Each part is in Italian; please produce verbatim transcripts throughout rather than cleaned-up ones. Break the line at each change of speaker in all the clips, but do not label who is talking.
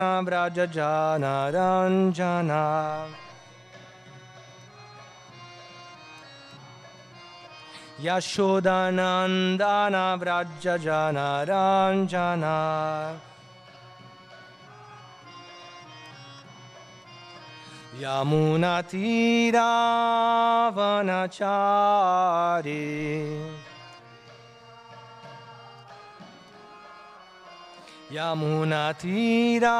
Vrajajana Ranjana Yashodanandana Vrajajana Ranjana Yamunatira Vanachari Yamunatira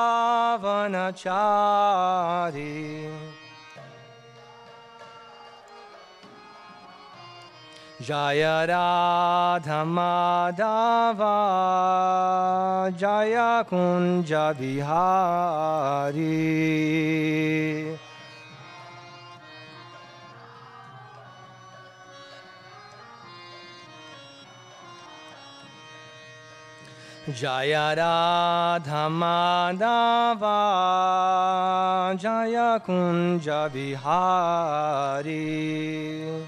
Vanachari Jaya Radha Madhava Jaya Kunja Vihari Jaya Radha Madhava Jaya Kunja Vihari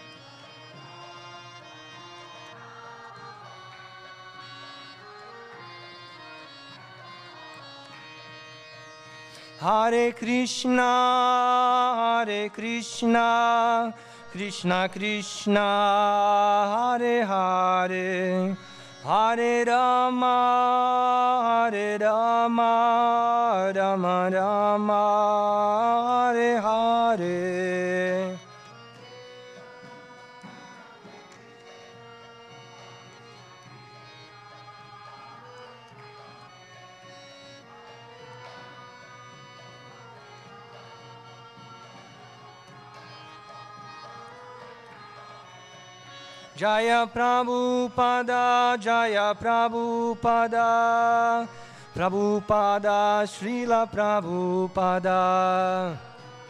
Hare Krishna, Hare Krishna, Krishna Krishna, Hare Hare, Hare Rama, Hare Rama, Rama Rama, Hare Hare. Jaya Prabhupada, Jaya Prabhupada, Prabhupada, Srila Prabhupada.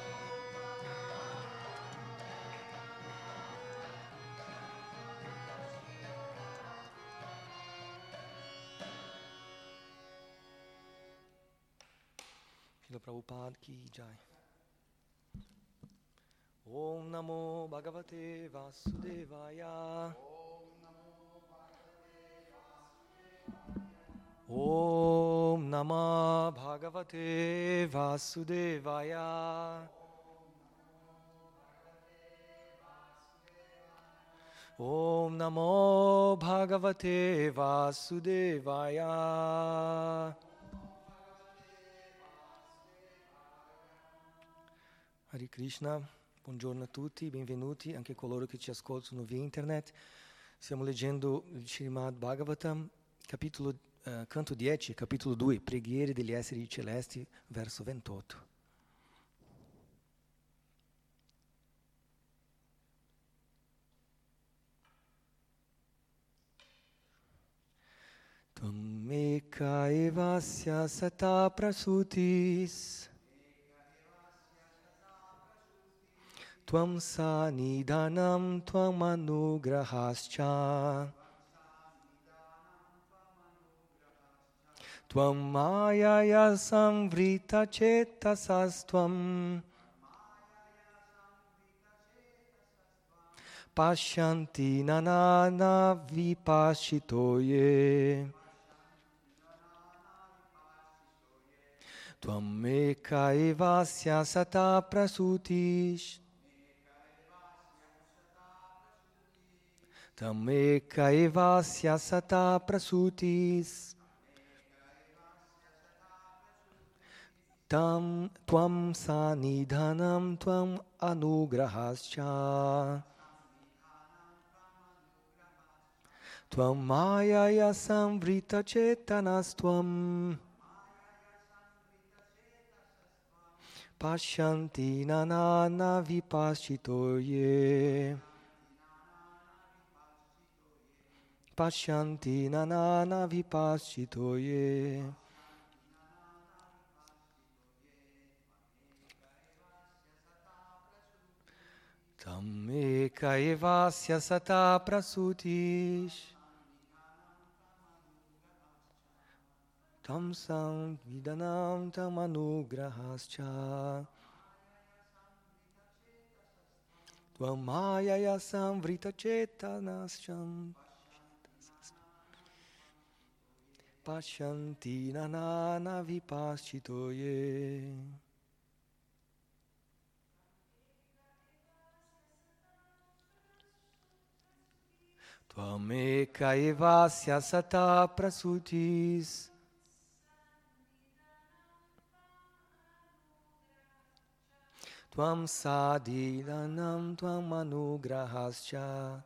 Srila Prabhupada ki jai. Om Namo Bhagavate Vasudevaya. Om Namo Bhagavate Vasudevaya. Om Namo Bhagavate Vasudevaya. Hare Krishna. Buongiorno a tutti, benvenuti anche coloro che ci ascoltano via internet. Stiamo leggendo il Srimad Bhagavatam, capitolo, uh, canto dieci, capitolo due, preghiere degli esseri celesti, verso ventotto. Tvam eka evasya sata prasutis Tvam sanidhanam tvam anugrahascha Tvam mayaya samvrita cetasastvam Pashyanti nanana vipashitoye Tvam eka evasya sata prasutish Tam eka evasya sata prasutis Tam tvam sanidhanam tvam anugrahascha Tvam mayaya samvrita chetanastvam Pashyanti nanana vipashitoye Pashyanti nanana vipashitoye Tam eka evasya sata prasutish Tam samvidhanam tam anugrahascha Tvam mayaya samvrita chetanasham Pashyanti nanana vipaschitoye. Tvameka evasya sata prasutis. Tvam sadidanam tvam anugrahascha.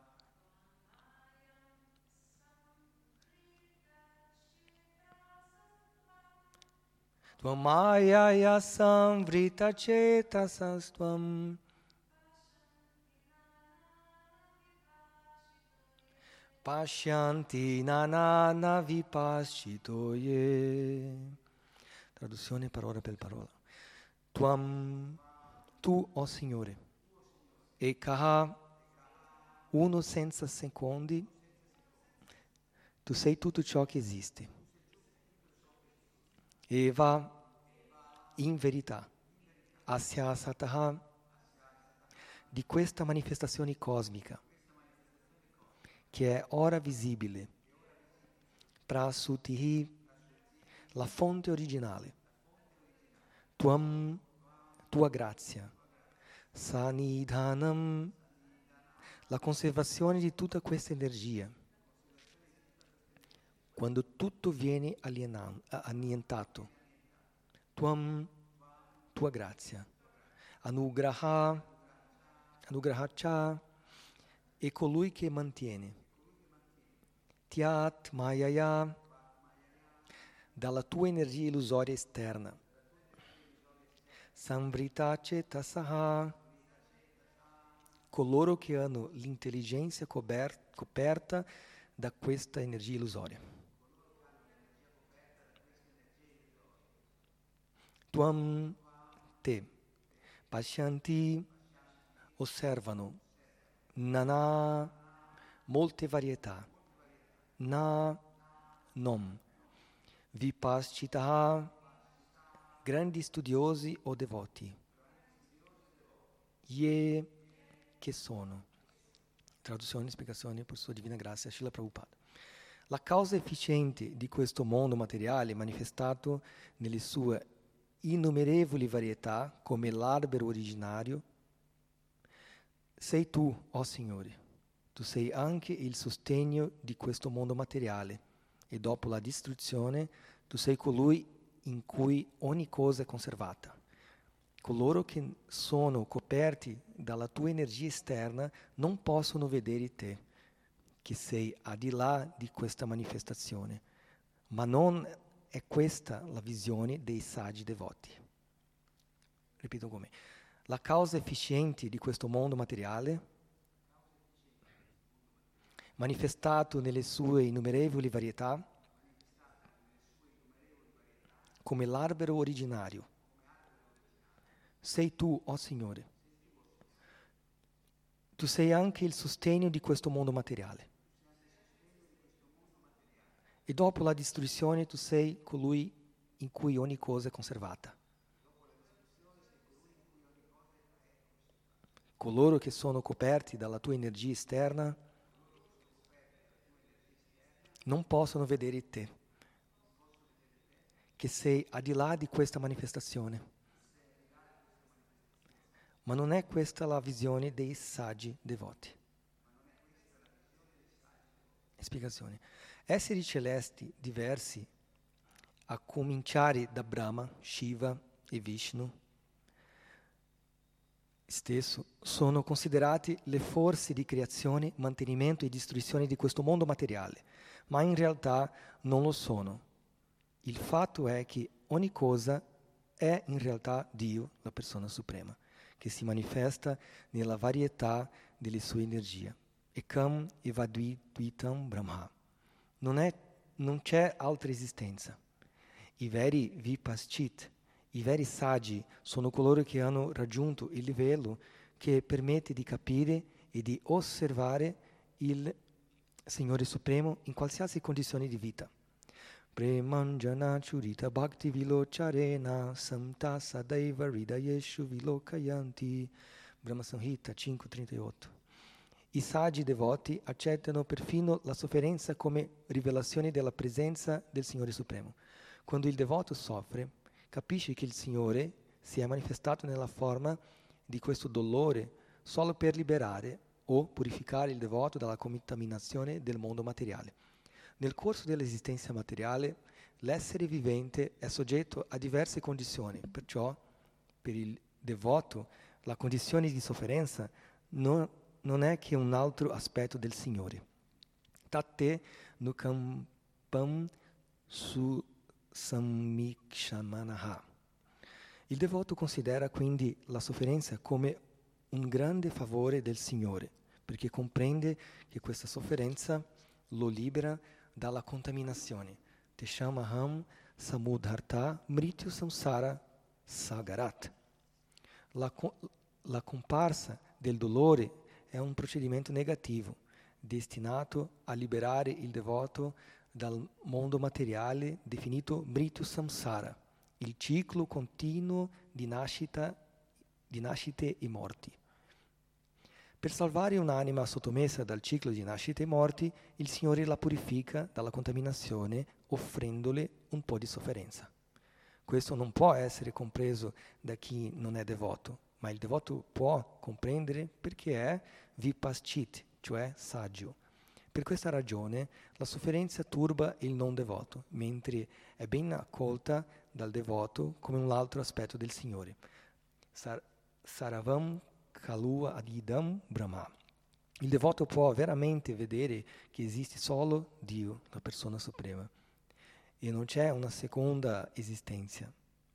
Tvam mayaya samvrita cetasas tvam. Pashyanti nanana vipaschitoye. Traduzione parola per parola. Tuam, tu, ó Signore, Ekaha, uno senza secondi, tu sei tutto ciò che esiste. Eva, in verità, Asya Sataha, di questa manifestazione cosmica, che è ora visibile, Prasutihi, la fonte originale, Tuam, tua grazia, Sanidhanam, la conservazione di tutta questa energia, quando tutto viene alienan- annientato, Tuam, tua grazia, Anugraha, Anugrahacha, e colui che mantiene, Tyat Mayaya, dalla tua energia illusoria esterna, Samvrita Chetasaha, coloro che hanno l'intelligenza cober- coperta da questa energia illusoria. Tuam te, Pashyanti, osservano, Nana, molte varietà, Na, nom, Vipaschitaha, grandi studiosi o devoti, Ye, che sono. Traduzione e spiegazione per sua divina grazia, Srila Prabhupada. La causa efficiente di questo mondo materiale manifestato nelle sue innumerevoli varietà come l'albero originario, sei tu, ó Signore. Tu sei anche il sostegno di questo mondo materiale e dopo la distruzione tu sei colui in cui ogni cosa è conservata. Coloro che sono coperti dalla tua energia esterna non possono vedere te, che sei al di là di questa manifestazione, ma non è questa la visione dei saggi devoti. Ripeto come. La causa efficiente di questo mondo materiale, manifestato nelle sue innumerevoli varietà, come l'albero originario, sei tu, ó Signore. Tu sei anche il sostegno di questo mondo materiale. E dopo la distruzione tu sei colui in cui ogni cosa è conservata. Coloro che sono coperti dalla tua energia esterna non possono vedere te, che sei al di là di questa manifestazione. Ma non è questa la visione dei saggi devoti. Spiegazione. Esseri celesti diversi, a cominciare da Brahma, Shiva e Vishnu, stesso, sono considerati le forze di creazione, mantenimento e distruzione di questo mondo materiale, ma in realtà non lo sono. Il fatto è che ogni cosa è in realtà Dio, la persona suprema, che si manifesta nella varietà delle sue energie. Ekam evadvitam Brahma. Non, è, non c'è altra esistenza. I veri vipaschit, i veri saggi, sono coloro che hanno raggiunto il livello che permette di capire e di osservare il Signore Supremo in qualsiasi condizione di vita. Premanjana churita bhakti vilocharena samta sadaiva ridayeshu vilokayanti. Brahma Samhita cinque trentotto. I saggi devoti accettano perfino la sofferenza come rivelazione della presenza del Signore Supremo. Quando il devoto soffre, capisce che il Signore si è manifestato nella forma di questo dolore solo per liberare o purificare il devoto dalla contaminazione del mondo materiale. Nel corso dell'esistenza materiale, l'essere vivente è soggetto a diverse condizioni, perciò per il devoto la condizione di sofferenza non, non è che un altro aspetto del Signore. Tate nukampam su samikshamanaha. Il devoto considera quindi la sofferenza come un grande favore del Signore, perché comprende che questa sofferenza lo libera dalla contaminazione. Teshamaham samudharta mrityu samsara sagarat. La, la comparsa del dolore è un procedimento negativo, destinato a liberare il devoto dal mondo materiale definito mrityu samsara, il ciclo continuo di, nascita, di nascite e morti. Per salvare un'anima sottomessa dal ciclo di nascite e morti, il Signore la purifica dalla contaminazione offrendole un po' di sofferenza. Questo non può essere compreso da chi non è devoto, ma il devoto può comprendere perché è vipaschit, cioè saggio. Per questa ragione la sofferenza turba il non devoto, mentre è ben accolta dal devoto come un altro aspetto del Signore. Sar- Saravam Kalua Adidam Brahma. Il devoto può veramente vedere che esiste solo Dio, la persona suprema, e non c'è una seconda esistenza.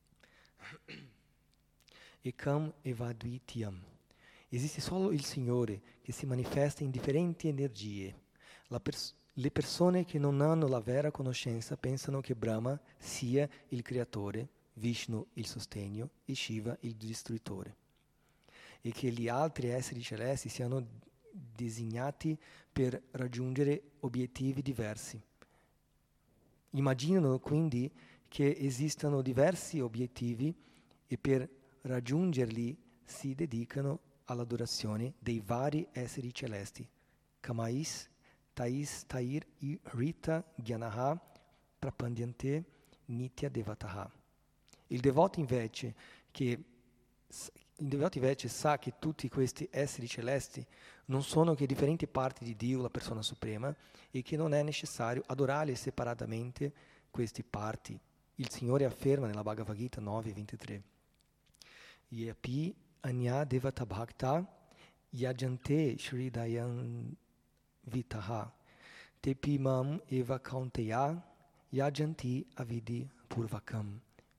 Ekam evadvitiyam. Esiste solo il Signore che si manifesta in differenti energie. La pers- le persone che non hanno la vera conoscenza pensano che Brahma sia il creatore, Vishnu il sostegno e Shiva il distruttore, e che gli altri esseri celesti siano designati per raggiungere obiettivi diversi. Immaginano quindi che esistano diversi obiettivi e per raggiungerli si dedicano all'adorazione dei vari esseri celesti. Kamais, Tais, Tair, Rita, Gyanaha, Prapandyante, Nitya Devataha. Il devoto invece che Il devoto invece sa che tutti questi esseri celesti non sono che differenti parti di Dio, la persona suprema, e che non è necessario adorarli separatamente queste parti. Il Signore afferma nella Bhagavad Gita nove ventitré: Yapi anya devata bhakta yajante shridayan vitaha tepi mam eva kaunteya yajanti avidi purvakam.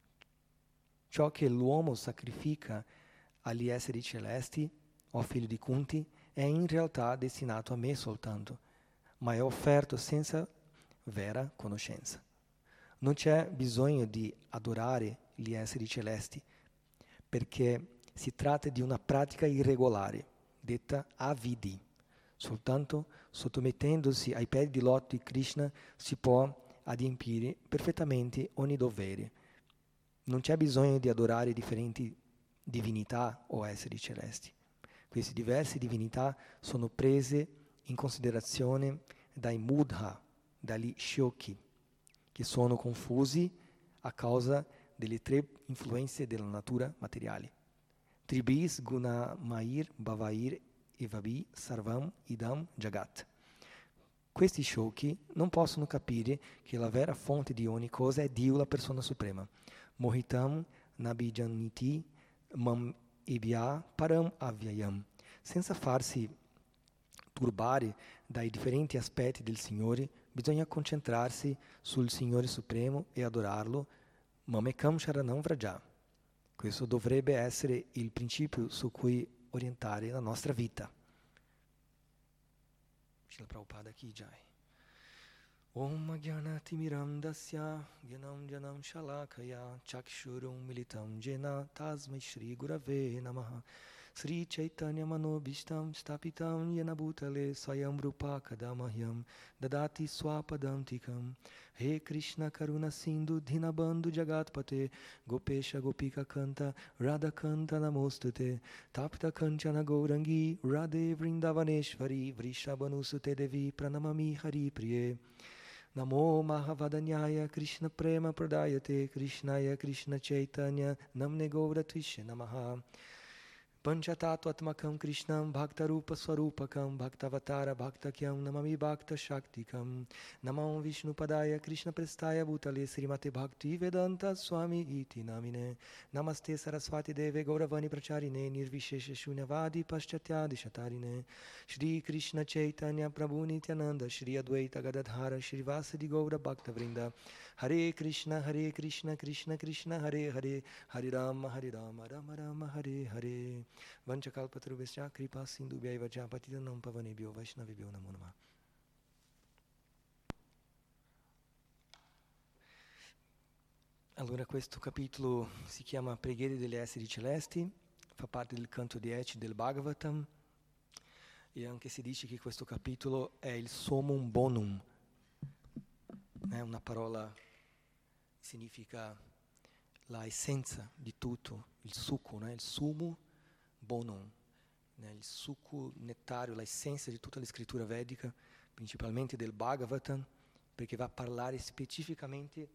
Ciò che l'uomo sacrifica agli esseri celesti, o figlio di Kunti, è in realtà destinato a me soltanto, ma è offerto senza vera conoscenza. Non c'è bisogno di adorare gli esseri celesti, perché si tratta di una pratica irregolare, detta avidi. Soltanto sottomettendosi ai piedi di loto di Krishna si può adempiere perfettamente ogni dovere. Non c'è bisogno di adorare differenti divinità o esseri celesti. Queste diverse divinità sono prese in considerazione dai mudha, dagli shyoki, che sono confusi a causa delle tre influenze della natura materiale. Tribis guna mair bhavair evabi sarvam idam jagat. Questi shyoki non possono capire che la vera fonte di ogni cosa è Dio, la persona suprema. Mohitam nabijaniti mam ebhya param avyayam. Senza farsi turbare dai differenti aspetti del Signore, bisogna concentrarsi sul Signore Supremo e adorarlo. Mamekam sharanam vraja. Questo dovrebbe essere il principio su cui orientare la nostra vita. Srila Prabhupada Ki Jai. Om Agyanatimiram Dasya Gyanam Janam Shalakaya Chakshurum Militam Jena Tasmai Shri Gurave Namaha Sri Chaitanya Manobishtam Stapitam Yena Bhutale Swayam Rupa Kadamahyam Dadati Swapadam Tikam He Krishna Karuna Sindhu Dhinabandhu Jagatpate Gopesha Gopika Kanta Radha Kanta Namostute Tapta Kanchana Gaurangi Radhe Vrindavaneshvari Vrishabhanusute Devi Pranamami Hari Priye Namo Mahavadanyaya Krishna Prema Pradayate Krishnaya Krishna Chaitanya Namne Gauratishe Namaha Panchatattvatmakam Krishnam Bhaktarupa Swarupakam Bhaktavatara Bhaktakyam Namami Bhakta Shaktikam Namam Vishnu Padaya Krishna Prestaya Bhutale Srimate Bhakti Vedanta Swami Iti Namine Namaste Saraswati Deve Gauravani Pracharine Nirvishesha Shunyavadi Paschatyadi Shatarine Shri Krishna Chaitanya Prabhu Nityananda Shri Advaita Gadadhara Shri Vasadi Gaura Bhakta Vrinda Hare Krishna Hare Krishna Krishna Krishna Hare Hare Hare Rama Hare Rama Rama Rama Hare Hare Vanchakalpatarubhasya kripa sindhubhyaiva ca patitanam pavanebhyo vaishnavibhyo namo namah. Allora questo capitolo si chiama Preghiere degli esseri celesti, fa parte del canto dieci del Bhagavatam e anche si dice che questo capitolo è il summum bonum, è una parola che significa la essenza di tutto, il succo, né? Il sumo bonum, né? Il succo nettario, l'essenza di tutta la scrittura vedica, principalmente del Bhagavatam, perché va a parlare specificamente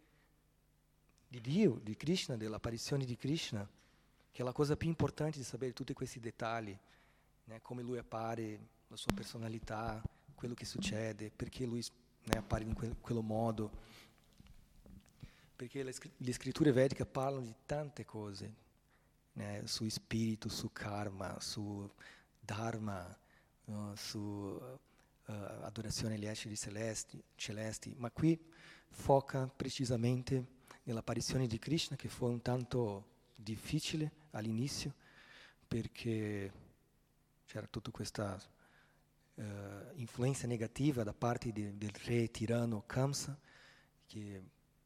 di Dio, di Krishna, dell'apparizione di Krishna, che è la cosa più importante di sapere tutti questi dettagli, né? Come lui appare, la sua personalità, quello che succede, perché lui, né, appare in quel, quello modo, perché le, le scritture vediche parlano di tante cose, né, su spirito, su karma, su dharma, no, su uh, adorazione agli esseri celesti, celesti, ma qui foca precisamente nell'apparizione di Krishna, che fu un tanto difficile all'inizio, perché c'era tutta questa uh, influenza negativa da parte di, del re tiranno Kamsa, che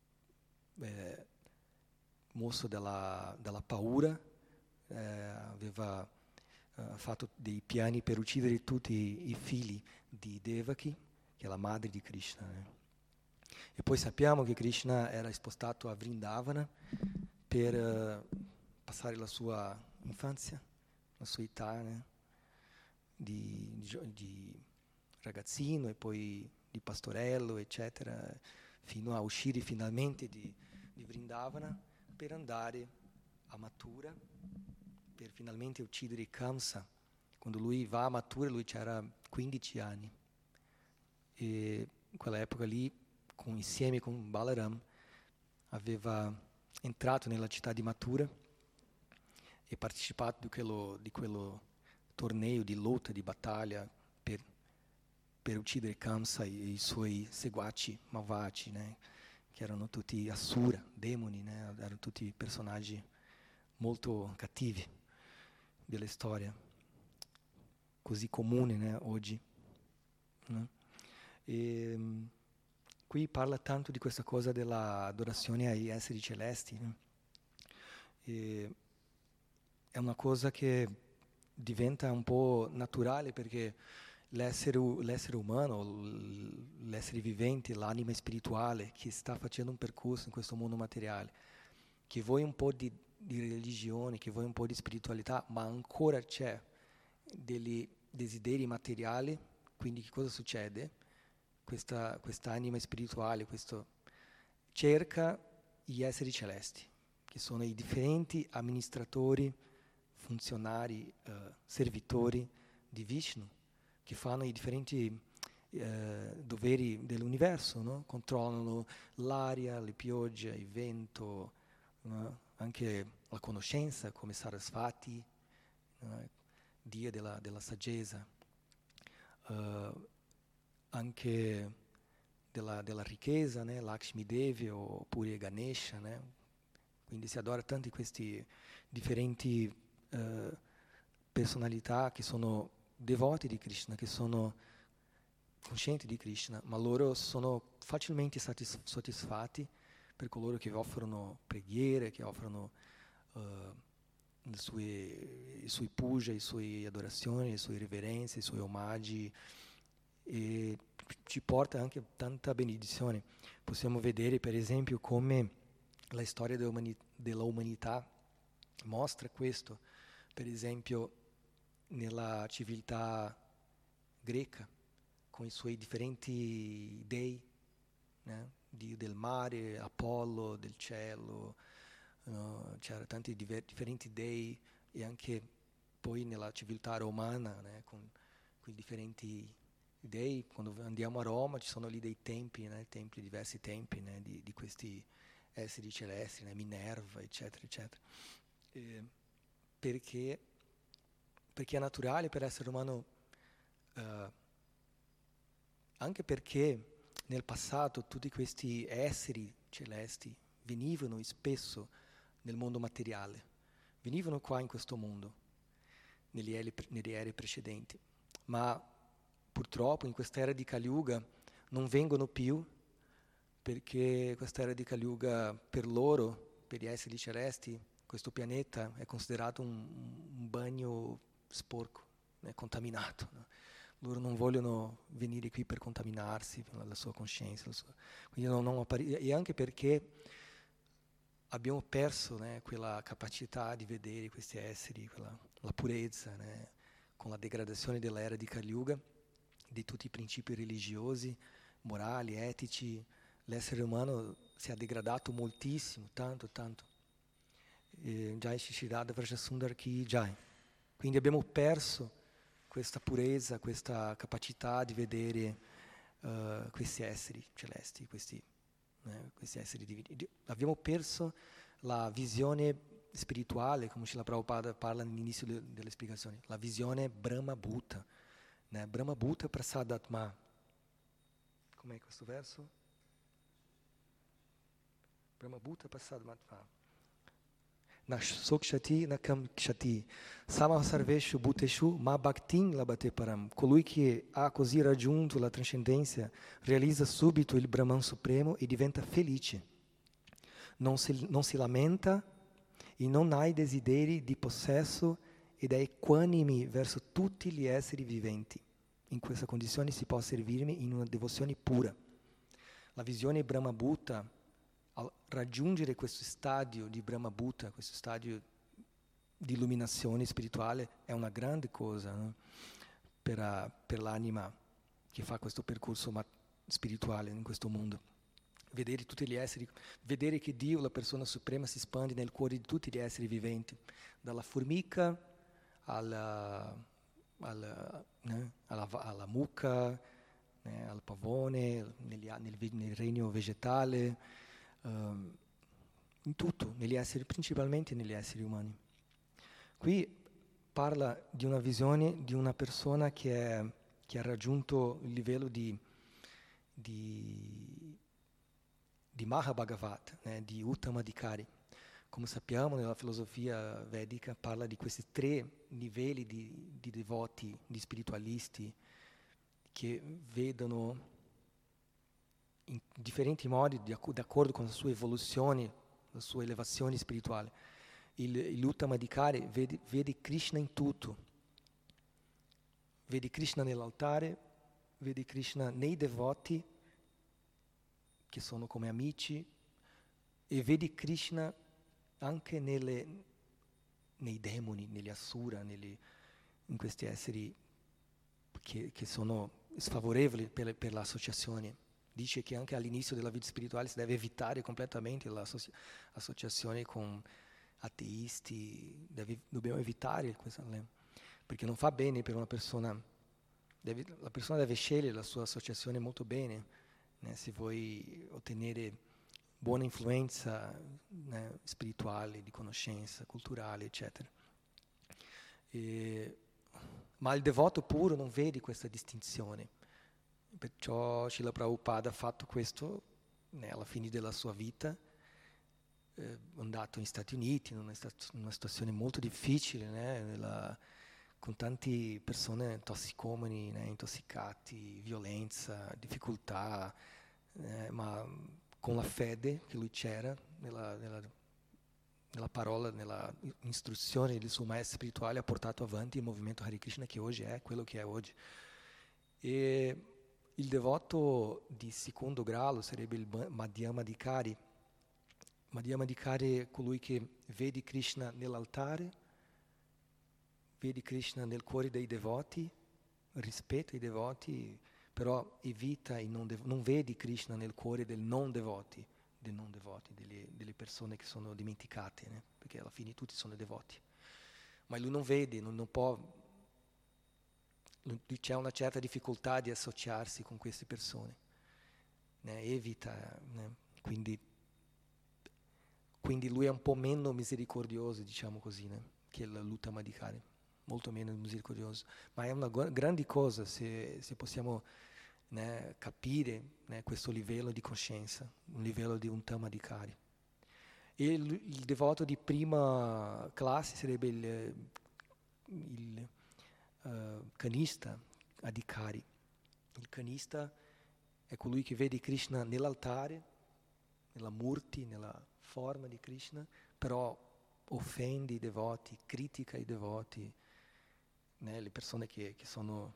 eh, mosso dalla, dalla paura eh, aveva eh, fatto dei piani per uccidere tutti i, i figli di Devaki, che è la madre di Krishna. Eh. E poi sappiamo che Krishna era spostato a Vrindavana per eh, passare la sua infanzia, la sua età, né? di, di, di ragazzino e poi di pastorello, eccetera, fino a uscire finalmente di, di Vrindavana per andare a Mathura, per finalmente uccidere Kamsa. Quando lui va a Mathura, lui c'era quindici anni. E in quell'epoca lì, con, insieme con Balaram, aveva entrato nella città di Mathura e partecipato di quello, di quello torneo di lotta, di battaglia per, per uccidere Kamsa e i suoi seguaci malvagi, né? Che erano tutti Asura, demoni, né? Erano tutti personaggi molto cattivi della storia, così comune, né, oggi. Né? E, um, qui parla tanto di questa cosa dell'adorazione agli esseri celesti. Né? E è una cosa che diventa un po' naturale perché l'essere, l'essere umano, l'essere vivente, l'anima spirituale che sta facendo un percorso in questo mondo materiale, che vuoi un po' di, di religione, che vuoi un po' di spiritualità, ma ancora c'è dei desideri materiali, quindi che cosa succede? Questa quest'anima spirituale, questo, cerca gli esseri celesti, che sono i differenti amministratori, funzionari, eh, servitori di Vishnu, che fanno i differenti eh, doveri dell'universo, no? Controllano l'aria, le piogge, il vento, no? Anche la conoscenza, come Sarasvati, no? Dio della, della saggezza, uh, anche della, della ricchezza, né? Lakshmi Devi oppure Ganesha, né? Quindi si adora tanti questi differenti uh, personalità che sono devoti di Krishna, che sono coscienti di Krishna, ma loro sono facilmente satis- soddisfatti per coloro che offrono preghiere, che offrono uh, le sue, i suoi puja, le sue adorazioni, le sue riverenze, i suoi omaggi, e ci porta anche tanta benedizione. Possiamo vedere per esempio come la storia dell'umani- della umanità mostra questo, per esempio nella civiltà greca, con i suoi differenti dei, né? Dio del mare, Apollo, del cielo, uh, c'erano tanti diver- differenti dei, e anche poi nella civiltà romana, né? con, con i differenti dei. Quando andiamo a Roma ci sono lì dei templi, né? templi, diversi templi, né? di, di questi esseri celesti, né? Minerva, eccetera, eccetera. Eh, perché, perché è naturale per l'essere umano, uh, anche perché nel passato tutti questi esseri celesti venivano spesso nel mondo materiale, venivano qua in questo mondo, negli ere, nelle ere precedenti, ma purtroppo in quest'era di Kali Yuga non vengono più, perché quest'era di Kali Yuga per loro, per gli esseri celesti, questo pianeta è considerato un, un bagno sporco, è contaminato, no? Loro non vogliono venire qui per contaminarsi la sua coscienza, la sua, quindi non, non appari- e anche perché abbiamo perso, né, quella capacità di vedere questi esseri, quella, la purezza, né, con la degradazione dell'era di Kali Yuga, di tutti i principi religiosi, morali, etici. L'essere umano si è degradato moltissimo, tanto, tanto. E Jai Shishirada Vrajasundar Ki Jai. Quindi abbiamo perso questa purezza, questa capacità di vedere uh, questi esseri celesti, questi, eh, questi esseri divini. Abbiamo perso la visione spirituale, come Srila Prabhupada parla all'inizio de- delle spiegazioni, la visione Brahma Bhuta. Né? Brahma Bhuta Prasadatma. Com'è questo verso? Brahma Bhuta Prasadatma. Na sokshati na kam kshati, sama sarveshu bhuteshu ma bhaktin labate param. Colui che ha così raggiunto la trascendenza realizza subito il Brahman supremo e diventa felice. Non si, non si lamenta e non ha i desideri di possesso ed è equanime verso tutti gli esseri viventi. In questa condizione si può servirmi in una devozione pura. La visione Brahma Bhuta, al raggiungere questo stadio di Brahma Bhuta, questo stadio di illuminazione spirituale, è una grande cosa, no? per, uh, per l'anima che fa questo percorso ma- spirituale in questo mondo. Vedere tutti gli esseri, vedere che Dio, la persona suprema, si espande nel cuore di tutti gli esseri viventi, dalla formica alla, alla, né? alla, alla mucca, né? al pavone, negli, nel, nel regno vegetale, um, in tutto, negli esseri, principalmente negli esseri umani. Qui parla di una visione di una persona che, è, che ha raggiunto il livello di, di, di Mahabhagavat, né, di Uttamadhikari. Come sappiamo, nella filosofia vedica parla di questi tre livelli di, di devoti, di spiritualisti, che vedono in differenti modi, di acc- d'accordo con la sua evoluzione, la sua elevazione spirituale. Il, il Uttamadhikari vede, vede Krishna in tutto. Vede Krishna nell'altare, vede Krishna nei devoti, che sono come amici, e vede Krishna anche nelle, nei demoni, negli asura, negli, in questi esseri che, che sono sfavorevoli per, per l'associazione. Dice che anche all'inizio della vita spirituale si deve evitare completamente l'associazione con ateisti, deve, dobbiamo evitare questo, perché non fa bene per una persona. Deve, la persona deve scegliere la sua associazione molto bene, né, se vuoi ottenere buona influenza, né, spirituale, di conoscenza, culturale, eccetera. E, ma il devoto puro non vede questa distinzione. Perciò Srila Prabhupada ha fatto questo, né, alla fine della sua vita, eh, è andato negli Stati Uniti, in una, in una situazione molto difficile, né, nella, con tante persone tossicomani, né, intossicati, violenza, difficoltà, eh, ma con la fede che lui c'era nella, nella, nella parola, nella istruzione del suo maestro spirituale, ha portato avanti il movimento Hare Krishna che oggi è quello che è oggi. E il devoto di secondo grado sarebbe il Madhyamadikari. Madhyamadikari è colui che vede Krishna nell'altare, vede Krishna nel cuore dei devoti, rispetta i devoti, però evita e non, dev- non vede Krishna nel cuore del non devoti, dei non devoti, delle, delle persone che sono dimenticate, né? Perché alla fine tutti sono devoti. Ma lui non vede, non, non può, lui, c'è una certa difficoltà di associarsi con queste persone, né? Evita, né? Quindi, quindi lui è un po' meno misericordioso, diciamo così, né? Che l'Uttamadikari. Molto meno misericordioso, ma è una gu- grande cosa se, se possiamo, né, capire, né, questo livello di coscienza, un livello di Uttamadikari. E il, il devoto di prima classe sarebbe il, il uh, Kanista Adhikari. Il Kanista è colui che vede Krishna nell'altare, nella murti, nella forma di Krishna, però offende i devoti, critica i devoti, né, le persone che, che sono,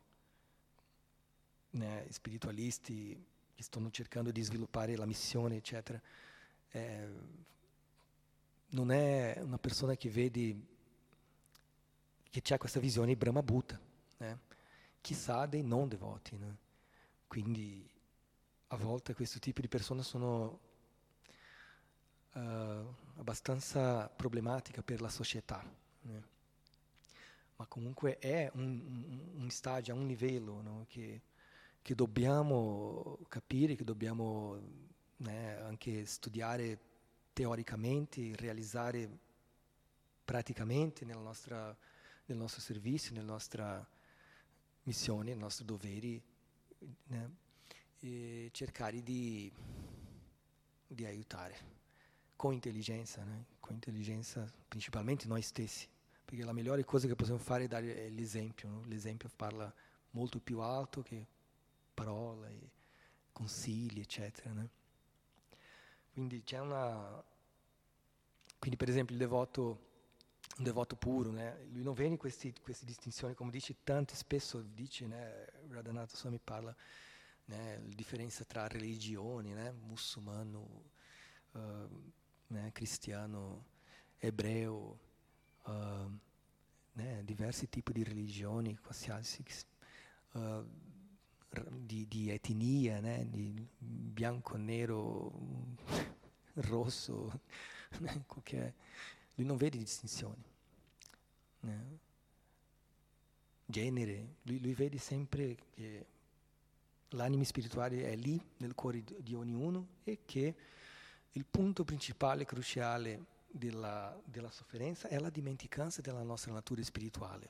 né, spiritualisti, che stanno cercando di sviluppare la missione, eccetera. Eh, non è una persona che vede, che ha questa visione di Brahma Bhuta, né? Chissà dei non devoti, né? Quindi a volte questo tipo di persone sono uh, abbastanza problematiche per la società, né? Ma comunque è un, un, un stadio, un livello, no? che, che dobbiamo capire, che dobbiamo, né, anche studiare teoricamente, realizzare praticamente nella nostra, nel nostro servizio, nella nostra missione, nei nostri doveri, né? E cercare di, di aiutare con intelligenza, né? Con intelligenza principalmente noi stessi. Perché la migliore cosa che possiamo fare è dare l'esempio, no? L'esempio parla molto più alto che parole, consigli, eccetera, né? Quindi c'è una... Quindi per esempio il devoto, un devoto puro, né? Lui non vede questi, queste distinzioni, come dice tanto spesso, dice, né? Radhanath Swami parla, né? La differenza tra religioni, né? Musulmano, uh, né? Cristiano, ebreo, Uh, né, diversi tipi di religioni, qualsiasi, uh, di, di etnia, né, di bianco, nero, rosso, né, qualche, lui non vede distinzioni, né. Genere, lui, lui vede sempre che l'anima spirituale è lì nel cuore di, di ognuno e che il punto principale, cruciale Della, della sofferenza è la dimenticanza della nostra natura spirituale.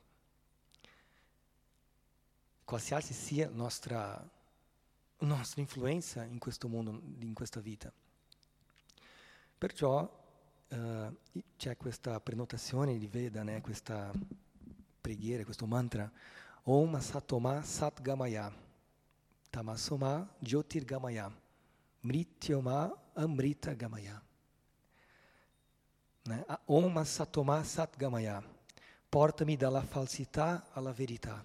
Qualsiasi sia nostra, nostra influenza in questo mondo, in questa vita. Perciò uh, c'è questa prenotazione di Veda, né? Questa preghiera, questo mantra, Om Satoma Satgamaya, Tamasoma Jyotirgamaya, Mrityoma Amrita Gamaya. Om Satoma Satgamaya, portami dalla falsità alla verità,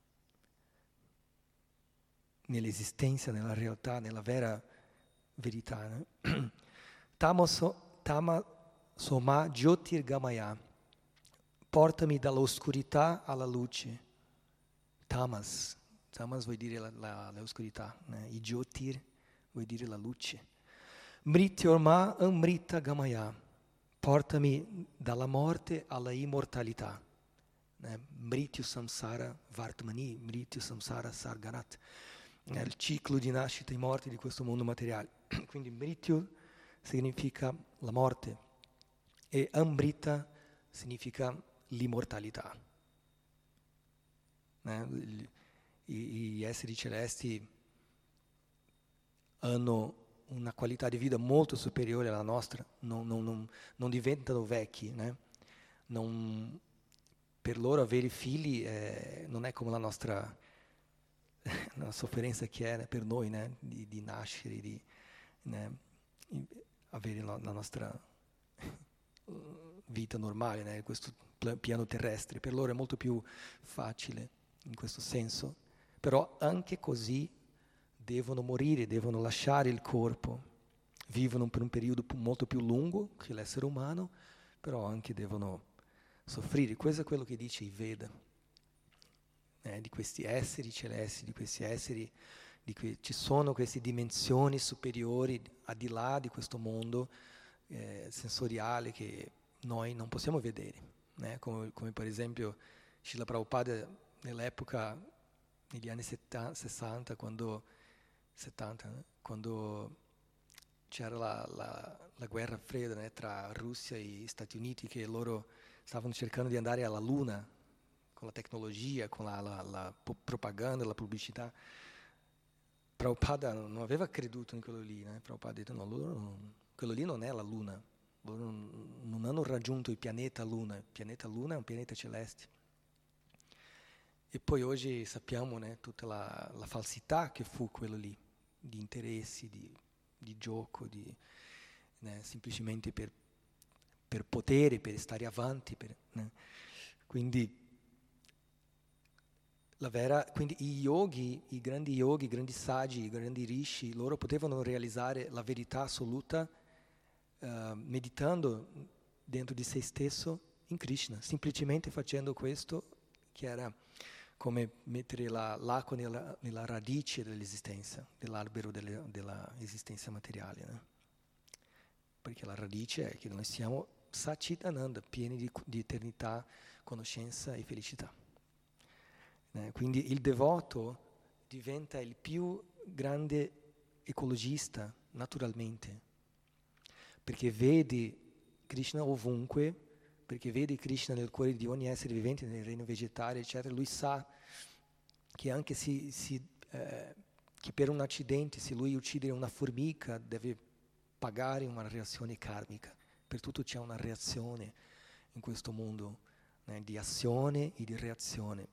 nell'esistenza, nella realtà, nella vera verità. No? Tamaso, Tama Soma Jyotirgamaya, portami dall'oscurità alla luce. Tamas, Tamas vuol dire la, la, l'oscurità, né? I Jyotir vuol dire la luce. Mrityorma Amrita Gamaya, portami dalla morte alla immortalità. Eh, Mrityu Samsara Vartmani, Mrityu Samsara Sarganat. È il ciclo di nascita e morte di questo mondo materiale. Quindi Mrityu significa la morte e Amrita significa l'immortalità. Eh, gli esseri celesti hanno una qualità di vita molto superiore alla nostra, non, non, non, non diventano vecchi, né? Non, per loro avere figli eh, non è come la nostra la sofferenza che è per noi, né? di, di nascere, di né? avere la, la nostra vita normale, né? Questo pl- piano terrestre. Per loro è molto più facile in questo senso, però anche così devono morire, devono lasciare il corpo, vivono per un periodo pu- molto più lungo che l'essere umano, però anche devono soffrire. Questo è quello che dice i Veda, eh, di questi esseri celesti, di questi esseri, di que- ci sono queste dimensioni superiori al di là di questo mondo eh, sensoriale che noi non possiamo vedere, eh, come, come per esempio Srila Prabhupada nell'epoca, negli anni settanta, sessanta, quando, settanta, eh, quando c'era la, la, la guerra fredda, eh, tra Russia e Stati Uniti, che loro stavano cercando di andare alla Luna con la tecnologia, con la, la, la propaganda, la pubblicità. Prabhupada non aveva creduto in quello lì, eh? Prabhupada ha detto no, loro non, quello lì non è la Luna, loro non, non hanno raggiunto il pianeta Luna, il pianeta Luna è un pianeta celeste. E poi oggi sappiamo, né, tutta la, la falsità che fu quello lì, di interessi, di, di gioco, di, né, semplicemente per, per potere, per stare avanti. Per, né. Quindi, la vera, quindi i yogi, i grandi yogi, i grandi saggi, i grandi rishi, loro potevano realizzare la verità assoluta uh, meditando dentro di se stesso in Krishna, semplicemente facendo questo, che era come mettere la, l'acqua nella, nella radice dell'esistenza, dell'albero delle, dell'esistenza materiale. Né? Perché la radice è che noi siamo Satchitananda, pieni di, di eternità, conoscenza e felicità. Eh, quindi il devoto diventa il più grande ecologista naturalmente, perché vede Krishna ovunque, perché vede Krishna nel cuore di ogni essere vivente, nel regno vegetale, eccetera. Lui sa che anche se, se, eh, che per un accidente, se lui uccide una formica, deve pagare una reazione karmica. Per tutto c'è una reazione in questo mondo, né, di azione e di reazione.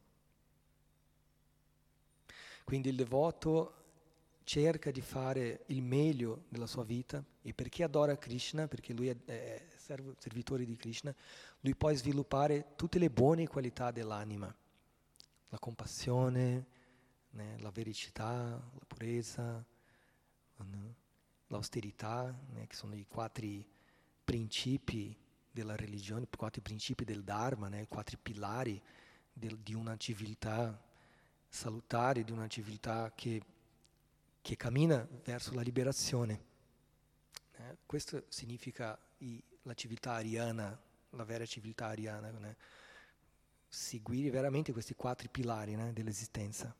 Quindi il devoto cerca di fare il meglio della sua vita e perché adora Krishna, perché lui è, è servo, servitore di Krishna, lui può sviluppare tutte le buone qualità dell'anima, la compassione, né, la vericità, la purezza, né, l'austerità, né, che sono i quattro principi della religione, i quattro principi del Dharma, né, i quattro pilari del, di una civiltà salutare, di una civiltà che, che cammina verso la liberazione. Eh, questo significa i, la civiltà ariana, la vera civiltà ariana, né? Seguire veramente questi quattro pilari, né, dell'esistenza.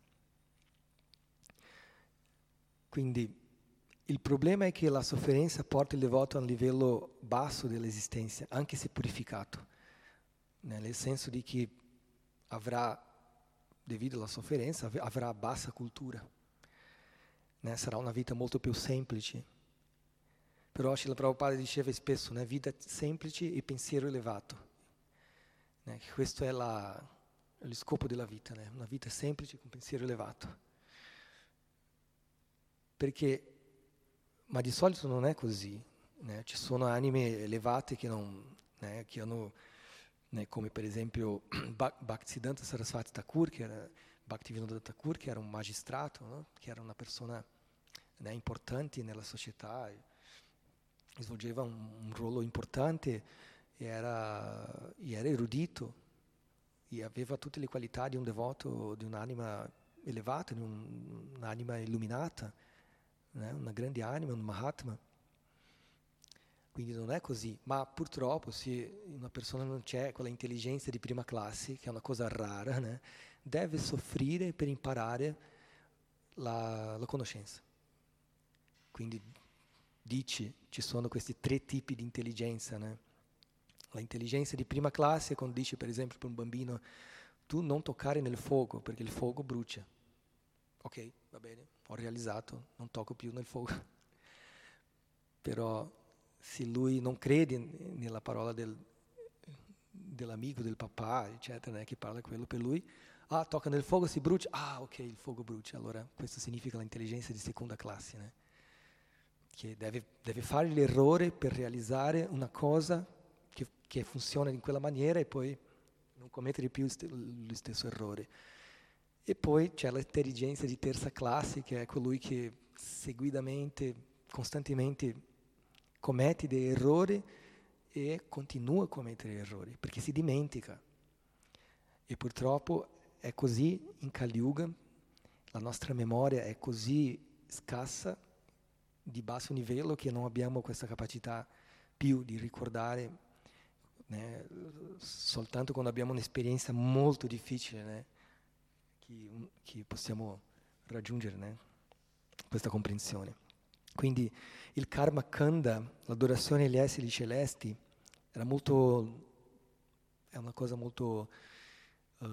Quindi il problema è che la sofferenza porta il devoto a un livello basso dell'esistenza, anche se purificato, né, nel senso di che avrà, devido alla sofferenza, avrà bassa cultura. Né? Sarà una vita molto più semplice. Però Srila Prabhupada diceva spesso, né? Vita semplice e pensiero elevato. Né? Questo è la, lo scopo della vita, né? Una vita semplice con pensiero elevato. Perché, ma di solito non è così. Né? Ci sono anime elevate che, non, né? che hanno, né? come per esempio Bhaktisiddhanta Saraswati Thakur, che era Bhaktivinoda Thakur, che era un magistrato, no? Che era una persona, né, importante nella società, svolgeva un, un ruolo importante, e era, e era erudito, e aveva tutte le qualità di un devoto, di un'anima elevata, di un, un'anima illuminata, né? Una grande anima, un Mahatma. Quindi non è così, ma purtroppo se una persona non c'è quella intelligenza di prima classe, che è una cosa rara, né? Deve soffrire per imparare la, la conoscenza. Quindi dici, ci sono questi tre tipi di intelligenza, né? La intelligenza di prima classe, quando dici per esempio per un bambino, tu non toccare nel fuoco perché il fuoco brucia. Ok, va bene, ho realizzato, non tocco più nel fuoco. Però se lui non crede nella parola del, dell'amico, del papà, eccetera, né, che parla quello per lui, ah, tocca nel fuoco, si brucia, ah, ok, il fuoco brucia, allora questo significa l'intelligenza di seconda classe, né? Che deve, deve fare l'errore per realizzare una cosa che, che funziona in quella maniera e poi non commettere più lo stesso errore. E poi c'è l'intelligenza di terza classe, che è colui che seguidamente, costantemente commette dei errori e continua a commettere errori, perché si dimentica. E purtroppo è così in Kali Yuga, la nostra memoria è così scarsa, di basso livello, che non abbiamo questa capacità più di ricordare, né, soltanto quando abbiamo un'esperienza molto difficile, né, che, che possiamo raggiungere, né, questa comprensione. Quindi il karma kanda, l'adorazione agli esseri celesti, era molto, è una cosa molto, uh,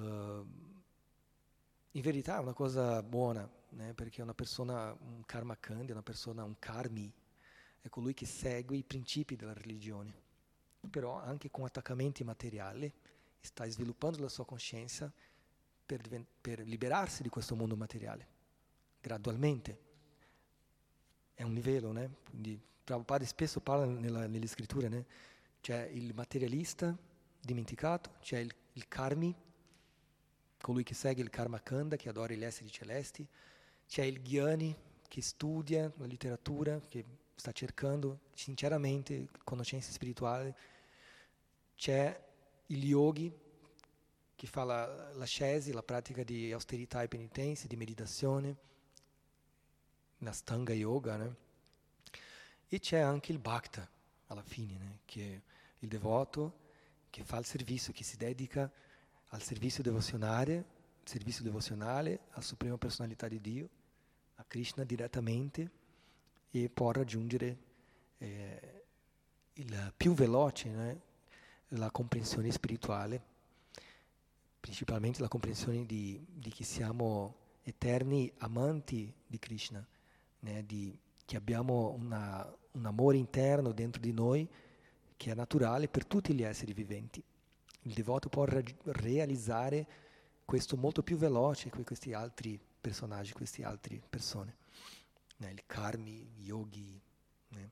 in verità è una cosa buona, né, perché una persona, un karma kanda, è una persona, un karmi, è colui che segue i principi della religione, però anche con attaccamenti materiali sta sviluppando la sua coscienza per, diven- per liberarsi di questo mondo materiale, gradualmente. È un livello, né? Quindi Prabhupada spesso parla nella, nelle scritture, né? C'è il materialista dimenticato, c'è il, il karmi, colui che segue il karma kanda, che adora gli esseri celesti, c'è il gyani, che studia la letteratura, che sta cercando sinceramente conoscenza spirituale, c'è il yogi, che fa la, l'ascesi, la pratica di austerità e penitenza, di meditazione, la Stanga Yoga, né? E c'è anche il Bhakta, alla fine, né? Che è il devoto che fa il servizio, che si dedica al servizio devozionale, servizio devozionale alla Suprema Personalità di Dio, a Krishna direttamente, e può raggiungere eh, il più veloce, né? La comprensione spirituale, principalmente la comprensione di, di che siamo eterni amanti di Krishna, né, di, che abbiamo una, un amore interno dentro di noi che è naturale per tutti gli esseri viventi. Il devoto può ra- realizzare questo molto più veloce che questi altri personaggi, queste altre persone, né, il karmi, gli yogi. Né.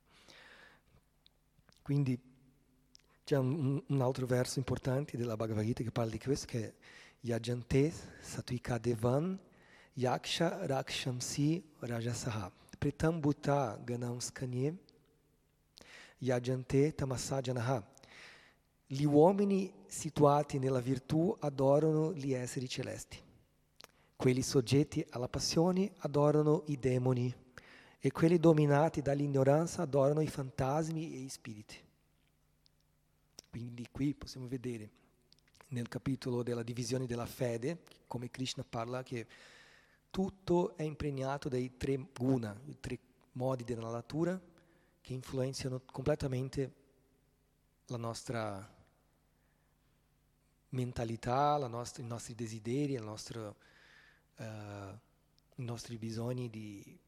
Quindi c'è un, un altro verso importante della Bhagavad Gita che parla di questo, che è Yajante Sattvika Devan Yaksha Rakshamsi Rajasaha Pritam Bhuta Ganam Skanye Yajante Tamasa Janaha. Gli uomini situati nella virtù adorano gli esseri celesti. Quelli soggetti alla passione adorano i demoni e quelli dominati dall'ignoranza adorano i fantasmi e gli spiriti. Quindi qui possiamo vedere nel capitolo della divisione della fede, come Krishna parla che tutto è impregnato dai tre guna, i tre modi della natura che influenzano completamente la nostra mentalità, la nostra, i nostri desideri, il nostro, uh, i nostri bisogni di,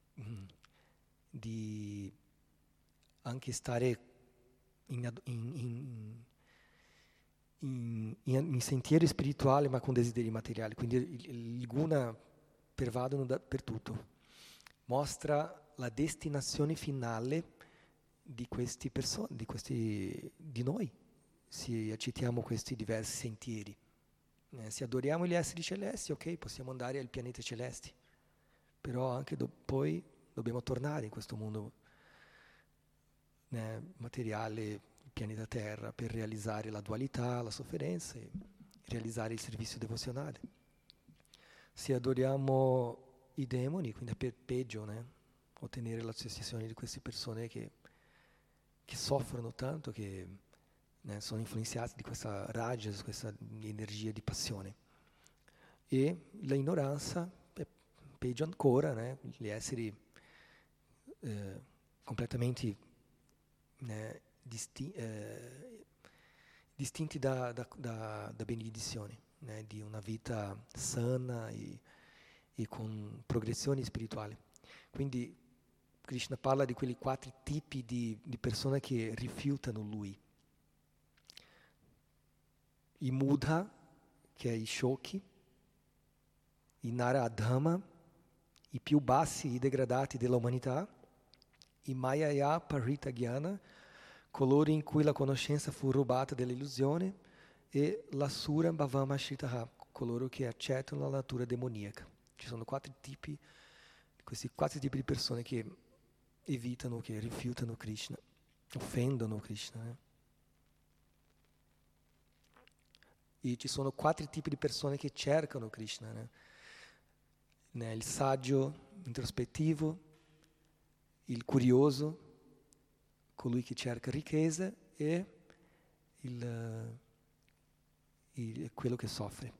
di anche stare in, in, in, in, in, in sentieri spirituali ma con desideri materiali. Quindi il, il guna pervadono da, per tutto. Mostra la destinazione finale di questi persone, di questi di noi, se accettiamo questi diversi sentieri. Eh, se adoriamo gli esseri celesti, ok, possiamo andare al pianeta celesti, però anche do- poi dobbiamo tornare in questo mondo eh, materiale, il pianeta Terra, per realizzare la dualità, la sofferenza e realizzare il servizio devozionale. Se adoriamo i demoni, quindi è pe- peggio, né? Ottenere l'associazione di queste persone che, che soffrono tanto, che né, sono influenzati di questa rajas, questa energia di passione. E l'ignoranza è peggio ancora, né? Gli esseri eh, completamente né, disti- eh, distinti da, da, da, da benedizioni, né? Di una vita sana e, e con progressione spirituale. Quindi Krishna parla di quelli quattro tipi di, di persone che rifiutano lui. I Mudha, che è i sciocchi, i Naradhama, i più bassi, i degradati dell'umanità, i Mayaya Parita Jnana, coloro in cui la conoscenza fu rubata dall'illusione, e l'asura bhavama ashritaha, coloro che accettano la natura demoniaca. Ci sono quattro tipi, questi quattro tipi di persone che evitano, che rifiutano Krishna, offendono Krishna. Eh? E ci sono quattro tipi di persone che cercano Krishna. Né? Né? Il saggio, introspettivo, il curioso, colui che cerca ricchezza, e il, il, quello che soffre.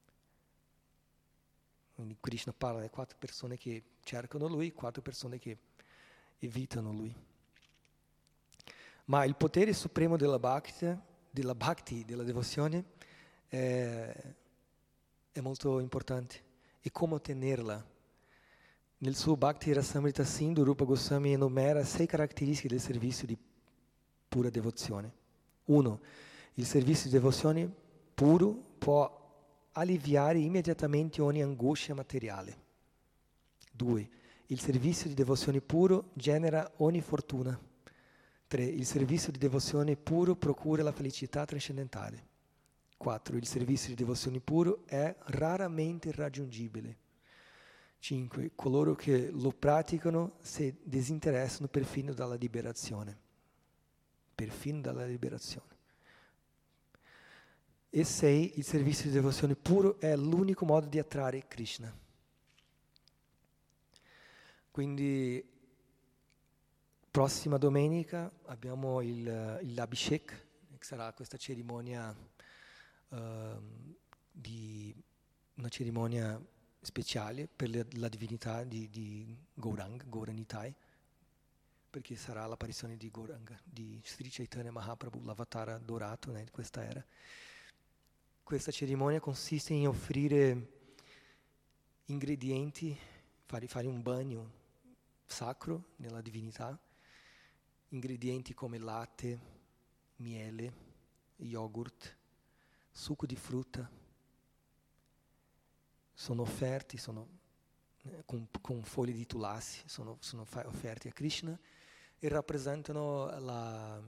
Quindi Krishna parla di quattro persone che cercano lui, quattro persone che evitano lui. Ma il potere supremo della bhakti, della bhakti, della devozione, è, è molto importante. E come ottenerla? Nel suo Bhakti Rasamrita Sindhu, Rupa Goswami enumera sei caratteristiche del servizio di pura devozione. Uno, il servizio di devozione puro può alleviare immediatamente ogni angoscia materiale. Due, il servizio di devozione puro genera ogni fortuna. Tre, il servizio di devozione puro procura la felicità trascendentale. Quattro, il servizio di devozione puro è raramente raggiungibile. Cinque, coloro che lo praticano si disinteressano perfino dalla liberazione. Perfino dalla liberazione. E sei, il servizio di devozione puro è l'unico modo di attrarre Krishna. Quindi, prossima domenica abbiamo il, il Abhishek, che sarà questa cerimonia, uh, di una cerimonia speciale per le, la divinità di, di Gauranga, Gauranitai, perché sarà l'apparizione di Gauranga, di Sri Chaitanya Mahaprabhu, l'avatara dorato, né, di questa era. Questa cerimonia consiste in offrire ingredienti, fare, fare un bagno sacro nella divinità, ingredienti come latte, miele, yogurt, succo di frutta, sono offerti, sono eh, con, con foglie di tulasi, sono, sono fa- offerti a Krishna e rappresentano la,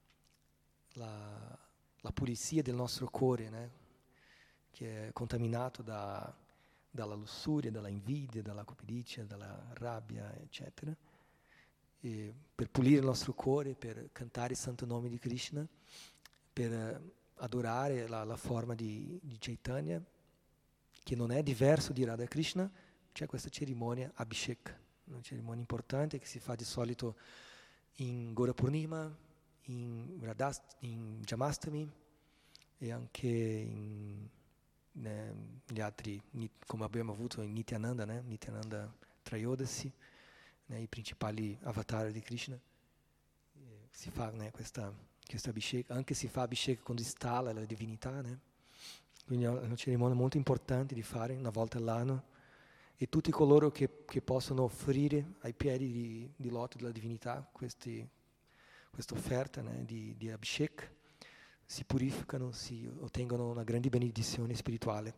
la, la pulizia del nostro cuore, né? Che è contaminato da, dalla lussuria, dalla invidia, dalla cupidicia, dalla rabbia, eccetera. E per pulire il nostro cuore, per cantare il santo nome di Krishna, per eh, adorare la, la forma di, di Chaitanya, che non è diverso di Radha Krishna, c'è questa cerimonia Abhishek, una cerimonia importante che si fa di solito in Gora Purnima, in, Radhast- in Jamastami e anche in gli altri, come abbiamo avuto in Nityananda, né? Nityananda Trayodasi, né? I principali avatar di Krishna. E si fa né, questa, questa Abhishek, anche si fa Abhishek quando installa la divinità, né? Quindi è una cerimonia molto importante di fare una volta all'anno, e tutti coloro che, che possono offrire ai piedi di, di loto della divinità questi, questa offerta, né, di, di Abhishek, si purificano, si ottengono una grande benedizione spirituale.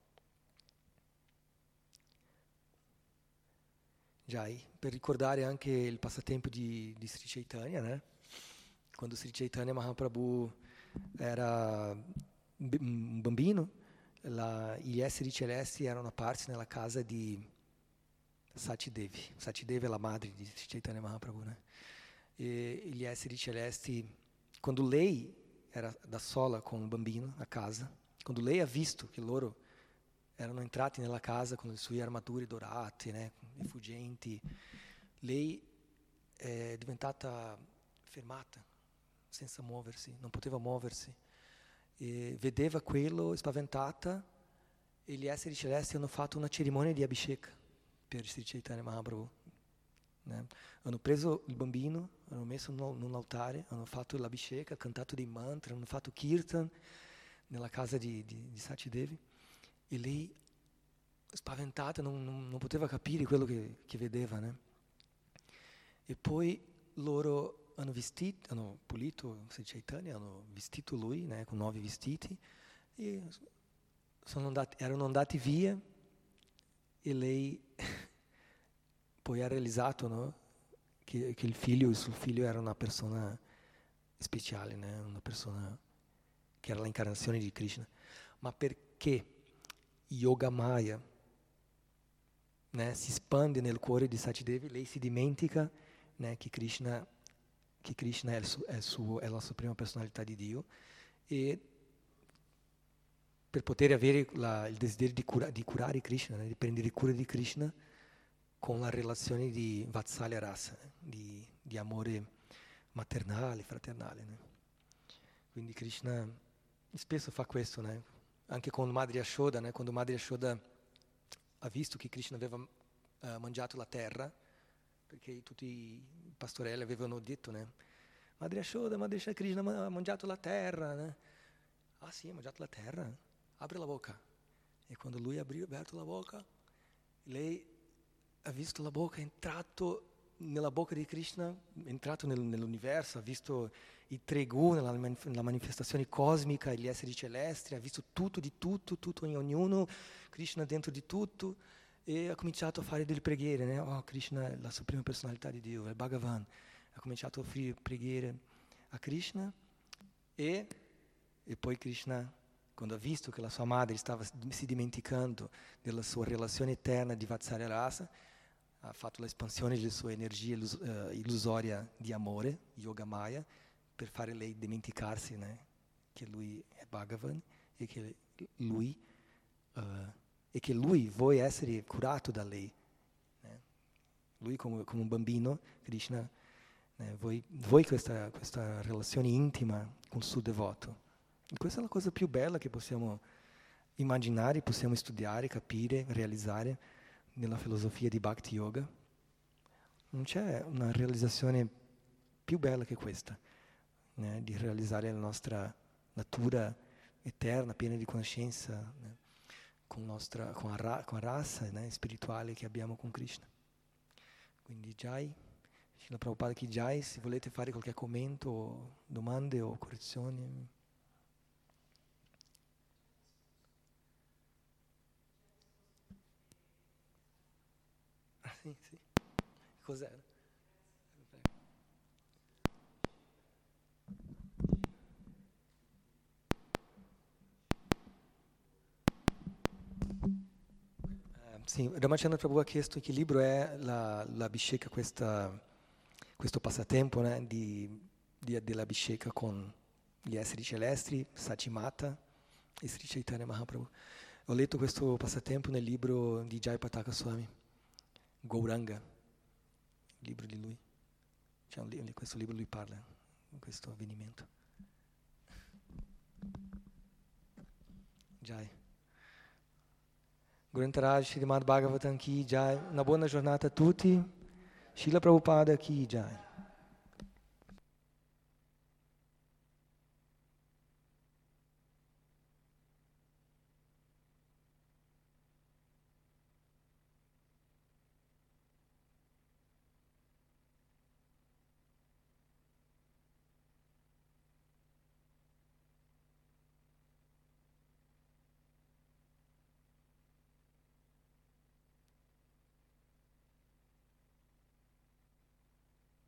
Jai, per ricordare anche il passatempo di, di Sri Chaitanya, né? Quando Sri Chaitanya Mahaprabhu era un bambino, la, gli esseri celesti erano apparsi nella casa di Sati Devi. Sati Devi è la madre di Sri Chaitanya Mahaprabhu, né? E gli esseri celesti, quando lei era da sola con un bambino a casa, quando lei ha visto che loro erano entrati nella casa con le sue armature dorate, né, effulgenti, lei è diventata fermata, senza muoversi, non poteva muoversi. E vedeva quello spaventata, e gli esseri celesti hanno fatto una cerimonia di Abhishek per Sri Chaitanya Mahaprabhu. Né? Hanno preso il bambino, hanno messo in un altare, hanno fatto l'Abhishek, hanno cantato dei mantra, hanno fatto kirtan nella casa di, di, di Sati Devi, e lei, spaventata, non, non, non poteva capire quello che, che vedeva. Né? E poi loro hanno vestito, hanno pulito Sri Chaitanya, hanno vestito lui, né, con nuovi vestiti, e sono andati, erano andati via, e lei poi ha realizzato, no, che, che il figlio, il suo figlio era una persona speciale, né? Una persona che era l'incarnazione di Krishna, ma perché Yogamaya, né, si espande nel cuore di Satidevi, lei si dimentica, né, che Krishna, che Krishna è, il su, è, il suo, è la suprema personalità di Dio, e per poter avere la, il desiderio di, cura, di curare Krishna, né, di prendere cura di Krishna con la relazione di Vatsalya Rasa, di, di amore maternale, fraternale. Né. Quindi Krishna spesso fa questo, né? Anche con Madre Yashoda, né? Quando Madre Yashoda ha visto che Krishna aveva uh, mangiato la terra, perché tutti i pastorelli avevano detto, né? Madre Yashoda, Madre Yashoda, Krishna ha mangiato la terra, né? Ah sì, ha mangiato la terra? Apri la bocca. E quando lui ha aperto la bocca, lei ha visto la bocca, è entrato nella bocca di Krishna, è entrato nel, nell'universo, ha visto i tre gu, nella, nella manifestazione cosmica, gli esseri celesti, ha visto tutto di tutto, tutto in ognuno, Krishna dentro di tutto, e ha cominciato a fare delle preghiere, né? Oh, Krishna è la suprema personalità di Dio, è il Bhagavan. Ha cominciato a offrire preghiere a Krishna, e, e poi Krishna, quando ha visto che la sua madre stava si dimenticando della sua relazione eterna di Vatsalya Rasa, ha fatto l'espansione della sua energia illus- uh, illusoria di amore, Yogamaya, per fare lei dimenticarsi, né, che lui è Bhagavan e che lui, uh, e che lui vuole essere curato da lei. Né. Lui come, come un bambino, Krishna, né, vuole, vuole questa, questa relazione intima con il suo devoto. E questa è la cosa più bella che possiamo immaginare, possiamo studiare, capire, realizzare nella filosofia di Bhakti Yoga. Non c'è una realizzazione più bella che questa, né, di realizzare la nostra natura eterna, piena di conoscenza, né, con, nostra, con, la ra, con la razza, né, spirituale che abbiamo con Krishna. Quindi Jai, Srila Prabhupada Ki Jai, se volete fare qualche commento, o domande o correzioni. Ah, sì, sì. Cos'era? Sì, Ramachandra Prabhu ha chiesto che libro è la, la Abhisheka, questa, questo passatempo, né, di, di, dell'Abhisheka con gli esseri celesti, Sachimata e Sri Chaitanya Mahaprabhu. Ho letto questo passatempo nel libro di Jai Pataka Swami, Gauranga, il libro di lui. C'è un, in questo libro lui parla di questo avvenimento. Jai. Gurantaraj Srimad Bhagavatam Ki Jai. Una buona giornata a tutti. Srila Prabhupada Ki Jai.